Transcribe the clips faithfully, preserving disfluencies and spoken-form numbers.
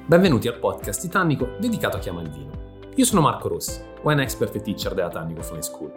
Benvenuti al podcast di Tannico dedicato a chi ama il vino. Io sono Marco Rossi, wine expert e teacher della Tannico Fine School.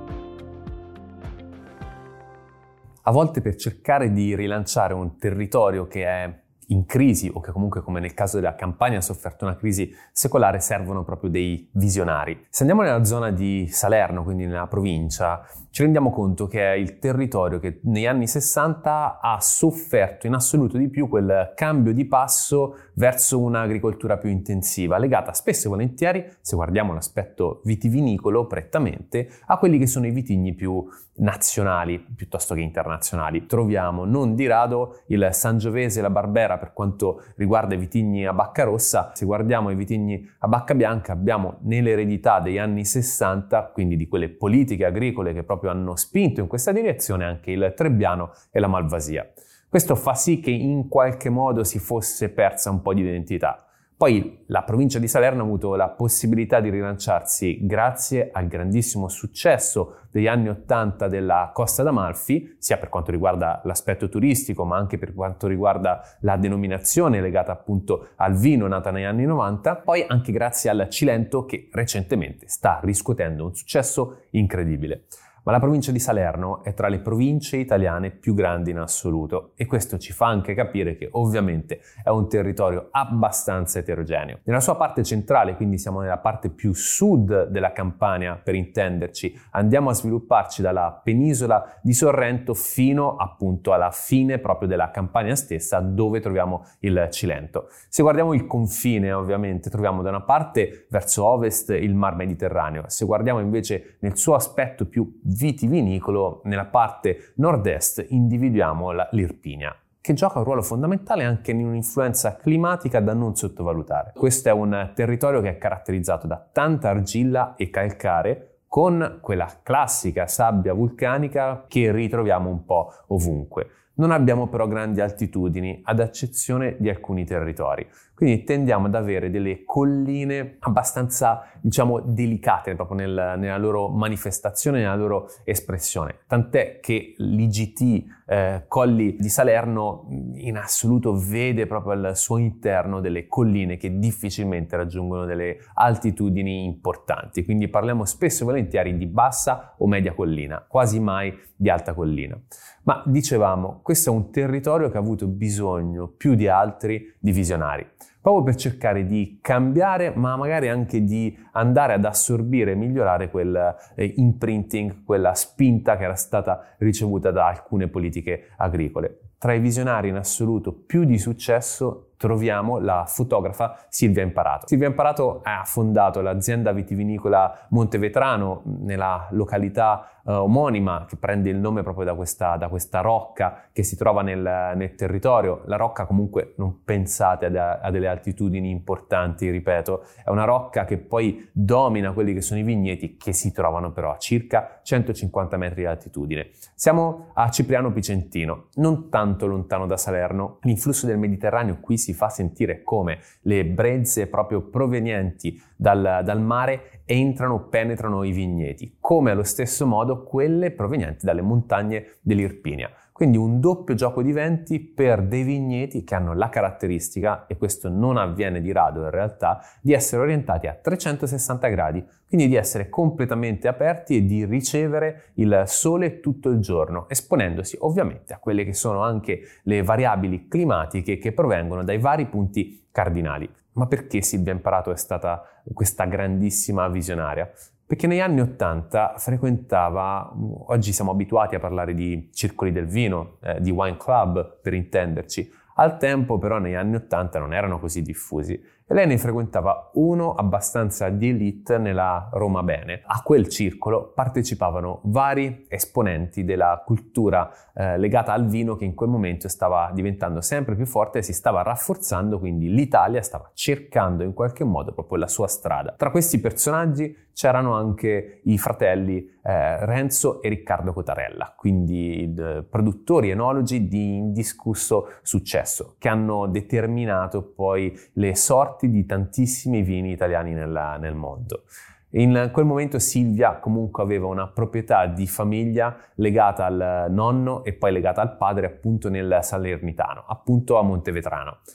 A volte per cercare di rilanciare un territorio che è in crisi o che comunque, come nel caso della Campania, ha sofferto una crisi secolare, servono proprio dei visionari. Se andiamo nella zona di Salerno, quindi nella provincia, ci rendiamo conto che è il territorio che negli anni sessanta ha sofferto in assoluto di più quel cambio di passo verso un'agricoltura più intensiva, legata spesso e volentieri, se guardiamo l'aspetto vitivinicolo prettamente, a quelli che sono i vitigni più nazionali piuttosto che internazionali. Troviamo non di rado il Sangiovese e la Barbera per quanto riguarda i vitigni a bacca rossa. Se guardiamo i vitigni a bacca bianca, abbiamo nell'eredità degli anni sessanta, quindi di quelle politiche agricole che proprio hanno spinto in questa direzione, anche il Trebbiano e la Malvasia. Questo fa sì che in qualche modo si fosse persa un po' di identità. Poi la provincia di Salerno ha avuto la possibilità di rilanciarsi grazie al grandissimo successo degli anni ottanta della Costa d'Amalfi, sia per quanto riguarda l'aspetto turistico, ma anche per quanto riguarda la denominazione legata appunto al vino nata negli anni novanta, poi anche grazie al Cilento che recentemente sta riscuotendo un successo incredibile. Ma la provincia di Salerno è tra le province italiane più grandi in assoluto e questo ci fa anche capire che ovviamente è un territorio abbastanza eterogeneo. Nella sua parte centrale, quindi siamo nella parte più sud della Campania per intenderci, andiamo a svilupparci dalla penisola di Sorrento fino appunto alla fine proprio della Campania stessa dove troviamo il Cilento. Se guardiamo il confine ovviamente troviamo da una parte verso ovest il Mar Mediterraneo, se guardiamo invece nel suo aspetto più vitivinicolo, nella parte nord-est individuiamo la, l'Irpinia, che gioca un ruolo fondamentale anche in un'influenza climatica da non sottovalutare. Questo è un territorio che è caratterizzato da tanta argilla e calcare, con quella classica sabbia vulcanica che ritroviamo un po' ovunque. Non abbiamo però grandi altitudini, ad eccezione di alcuni territori. Quindi tendiamo ad avere delle colline abbastanza, diciamo, delicate proprio nel, nella loro manifestazione, nella loro espressione. Tant'è che l'I G T eh, Colli di Salerno in assoluto vede proprio al suo interno delle colline che difficilmente raggiungono delle altitudini importanti. Quindi parliamo spesso e volentieri di bassa o media collina, quasi mai di alta collina. Ma dicevamo, questo è un territorio che ha avuto bisogno più di altri di visionari, proprio per cercare di cambiare, ma magari anche di andare ad assorbire e migliorare quel eh, imprinting, quella spinta che era stata ricevuta da alcune politiche agricole. Tra i visionari in assoluto più di successo troviamo la fotografa Silvia Imparato. Silvia Imparato ha fondato l'azienda vitivinicola Montevetrano nella località eh, omonima, che prende il nome proprio da questa, da questa rocca che si trova nel, nel territorio. La rocca comunque non pensate a, a delle altitudini importanti, ripeto, è una rocca che poi domina quelli che sono i vigneti che si trovano però a circa centocinquanta metri di altitudine. Siamo a Cipriano Picentino, non tanto lontano da Salerno. L'influsso del Mediterraneo qui si fa sentire come le brezze proprio provenienti dal, dal mare entrano, penetrano i vigneti, come allo stesso modo quelle provenienti dalle montagne dell'Irpinia. Quindi un doppio gioco di venti per dei vigneti che hanno la caratteristica, e questo non avviene di rado in realtà, di essere orientati a trecentosessanta gradi, quindi di essere completamente aperti e di ricevere il sole tutto il giorno, esponendosi ovviamente a quelle che sono anche le variabili climatiche che provengono dai vari punti cardinali. Ma perché Silvia Imparato è stata questa grandissima visionaria? Perché negli anni ottanta frequentava, oggi siamo abituati a parlare di circoli del vino, eh, di wine club per intenderci, al tempo però negli anni ottanta non erano così diffusi e lei ne frequentava uno abbastanza di elite nella Roma Bene. A quel circolo partecipavano vari esponenti della cultura eh, legata al vino che in quel momento stava diventando sempre più forte e si stava rafforzando, quindi l'Italia stava cercando in qualche modo proprio la sua strada. Tra questi personaggi c'erano anche i fratelli eh, Renzo e Riccardo Cotarella, quindi eh, produttori enologi di indiscusso successo, che hanno determinato poi le sorti di tantissimi vini italiani nella, nel mondo. In quel momento Silvia comunque aveva una proprietà di famiglia legata al nonno e poi legata al padre appunto nel Salernitano, appunto a Montevetrano.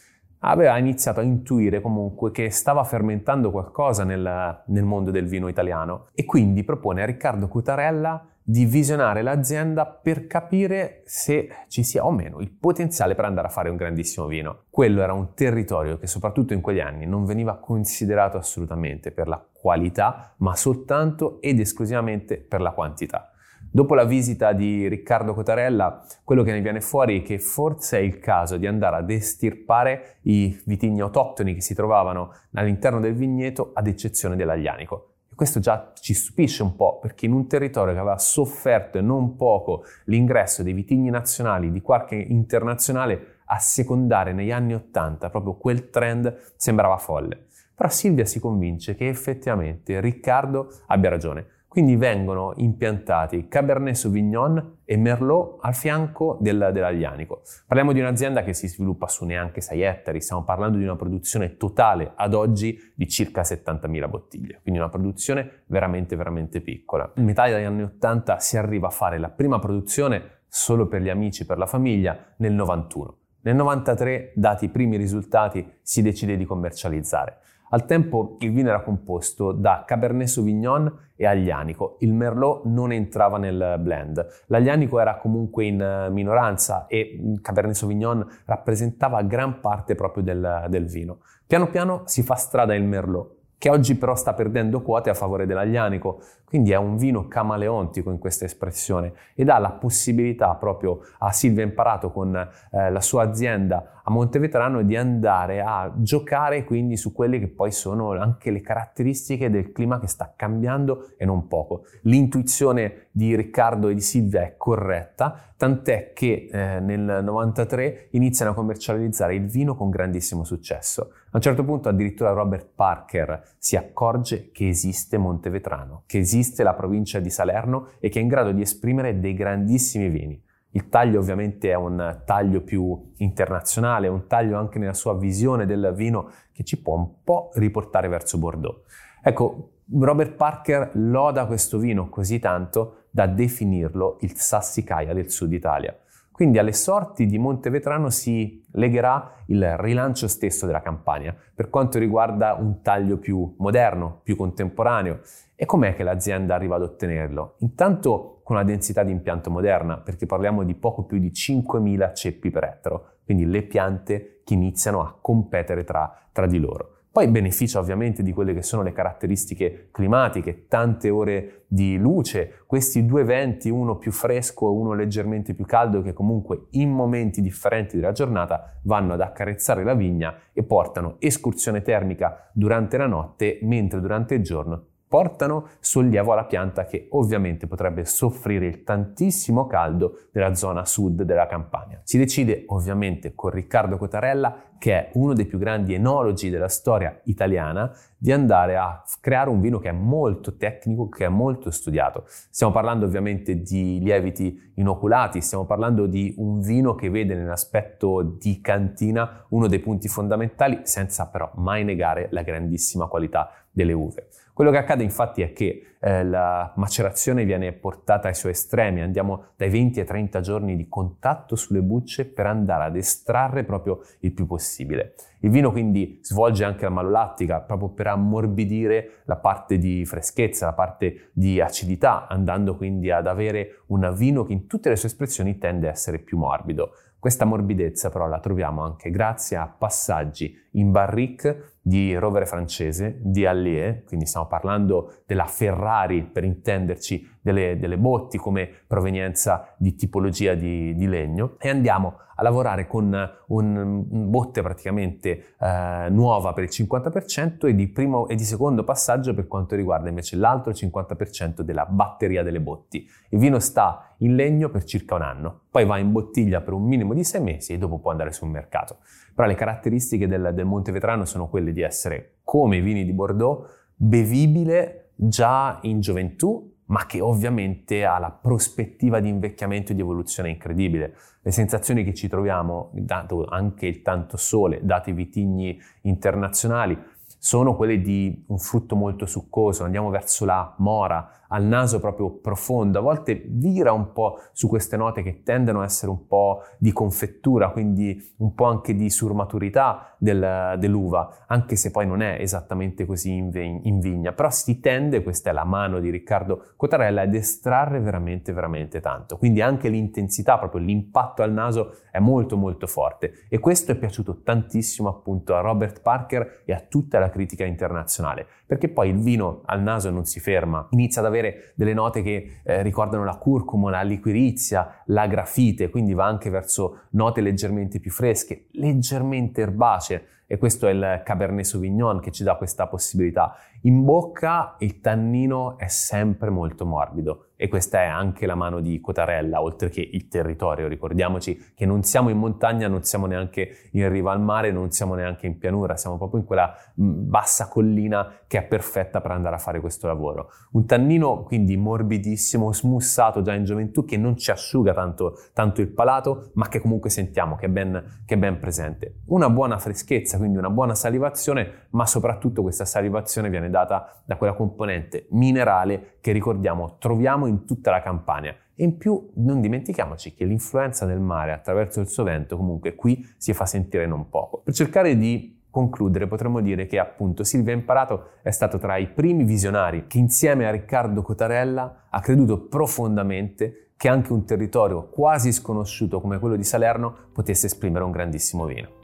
aveva iniziato a intuire comunque che stava fermentando qualcosa nel, nel mondo del vino italiano e quindi propone a Riccardo Cotarella di visionare l'azienda per capire se ci sia o meno il potenziale per andare a fare un grandissimo vino. Quello era un territorio che soprattutto in quegli anni non veniva considerato assolutamente per la qualità, ma soltanto ed esclusivamente per la quantità. Dopo la visita di Riccardo Cotarella, quello che ne viene fuori è che forse è il caso di andare ad estirpare i vitigni autoctoni che si trovavano all'interno del vigneto, ad eccezione dell'Aglianico. E questo già ci stupisce un po', perché in un territorio che aveva sofferto e non poco l'ingresso dei vitigni nazionali di qualche internazionale, assecondare negli anni Ottanta proprio quel trend sembrava folle. Però Silvia si convince che effettivamente Riccardo abbia ragione. Quindi vengono impiantati Cabernet Sauvignon e Merlot al fianco del, dell'Aglianico. Parliamo di un'azienda che si sviluppa su neanche sei ettari, stiamo parlando di una produzione totale ad oggi di circa settantamila bottiglie, quindi una produzione veramente veramente piccola. In metà degli anni ottanta si arriva a fare la prima produzione solo per gli amici, per la famiglia, nel novantuno. Nel novantatré, dati i primi risultati, si decide di commercializzare. Al tempo il vino era composto da Cabernet Sauvignon e Aglianico, il Merlot non entrava nel blend. L'Aglianico era comunque in minoranza e Cabernet Sauvignon rappresentava gran parte proprio del, del vino. Piano piano si fa strada il Merlot, che oggi però sta perdendo quote a favore dell'Aglianico, quindi è un vino camaleontico in questa espressione e dà la possibilità proprio a Silvia Imparato con eh, la sua azienda a Montevetrano di andare a giocare quindi su quelle che poi sono anche le caratteristiche del clima che sta cambiando e non poco. L'intuizione di Riccardo e di Silvia è corretta, tant'è che eh, nel novantatré iniziano a commercializzare il vino con grandissimo successo. A un certo punto addirittura Robert Parker si accorge che esiste Montevetrano, che esiste la provincia di Salerno e che è in grado di esprimere dei grandissimi vini. Il taglio ovviamente è un taglio più internazionale, un taglio anche nella sua visione del vino che ci può un po' riportare verso Bordeaux. Ecco, Robert Parker loda questo vino così tanto da definirlo il Sassicaia del Sud Italia. Quindi alle sorti di Montevetrano si legherà il rilancio stesso della Campania per quanto riguarda un taglio più moderno, più contemporaneo. E com'è che l'azienda arriva ad ottenerlo? Intanto con una densità di impianto moderna, perché parliamo di poco più di cinquemila ceppi per ettaro, quindi le piante che iniziano a competere tra, tra di loro. Poi beneficia ovviamente di quelle che sono le caratteristiche climatiche, tante ore di luce, questi due venti, uno più fresco e uno leggermente più caldo, che comunque in momenti differenti della giornata vanno ad accarezzare la vigna e portano escursione termica durante la notte, mentre durante il giorno portano sollievo alla pianta che ovviamente potrebbe soffrire il tantissimo caldo della zona sud della Campania. Si decide ovviamente con Riccardo Cotarella, che è uno dei più grandi enologi della storia italiana, di andare a creare un vino che è molto tecnico, che è molto studiato. Stiamo parlando ovviamente di lieviti inoculati, stiamo parlando di un vino che vede nell'aspetto di cantina uno dei punti fondamentali, senza però mai negare la grandissima qualità delle uve. Quello che accade infatti è che eh, la macerazione viene portata ai suoi estremi, andiamo dai venti ai trenta giorni di contatto sulle bucce per andare ad estrarre proprio il più possibile. Il vino quindi svolge anche la malolattica proprio per ammorbidire la parte di freschezza, la parte di acidità, andando quindi ad avere un vino che in tutte le sue espressioni tende a essere più morbido. Questa morbidezza però la troviamo anche grazie a passaggi in barrique di rovere francese, di Allier, quindi stiamo parlando della Ferrari per intenderci, delle, delle botti come provenienza di tipologia di, di legno, e andiamo a lavorare con un, un botte praticamente eh, nuova per il cinquanta per cento e di primo e di secondo passaggio per quanto riguarda invece l'altro cinquanta per cento della batteria delle botti. Il vino sta in legno per circa un anno, poi va in bottiglia per un minimo di sei mesi e dopo può andare sul mercato. Però le caratteristiche del, del Montevetrano sono quelle di essere, come i vini di Bordeaux, bevibile già in gioventù, ma che ovviamente ha la prospettiva di invecchiamento e di evoluzione incredibile. Le sensazioni che ci troviamo, dato anche il tanto sole, dati i vitigni internazionali, sono quelle di un frutto molto succoso, andiamo verso la mora, al naso proprio profondo, a volte vira un po' su queste note che tendono a essere un po' di confettura, quindi un po' anche di surmaturità del, dell'uva, anche se poi non è esattamente così in, in vigna, però si tende, questa è la mano di Riccardo Cottarella, ad estrarre veramente veramente tanto, quindi anche l'intensità, proprio l'impatto al naso è molto molto forte, e questo è piaciuto tantissimo appunto a Robert Parker e a tutta la critica internazionale, perché poi il vino al naso non si ferma, inizia ad avere delle note che eh, ricordano la curcuma, la liquirizia, la grafite, quindi va anche verso note leggermente più fresche, leggermente erbacee, e questo è il Cabernet Sauvignon che ci dà questa possibilità. In bocca il tannino è sempre molto morbido, e questa è anche la mano di Cottarella, oltre che il territorio. Ricordiamoci che non siamo in montagna, non siamo neanche in riva al mare, non siamo neanche in pianura, siamo proprio in quella bassa collina che è perfetta per andare a fare questo lavoro. Un tannino quindi morbidissimo, smussato già in gioventù, che non ci asciuga tanto, tanto il palato, ma che comunque sentiamo che è, ben, che è ben presente. Una buona freschezza, quindi una buona salivazione, ma soprattutto questa salivazione viene data da quella componente minerale che, ricordiamo, troviamo in tutta la Campania. E in più non dimentichiamoci che l'influenza del mare attraverso il Sovento comunque qui si fa sentire non poco. Per cercare di concludere potremmo dire che appunto Silvia Imparato è stato tra i primi visionari che insieme a Riccardo Cottarella ha creduto profondamente che anche un territorio quasi sconosciuto come quello di Salerno potesse esprimere un grandissimo vino.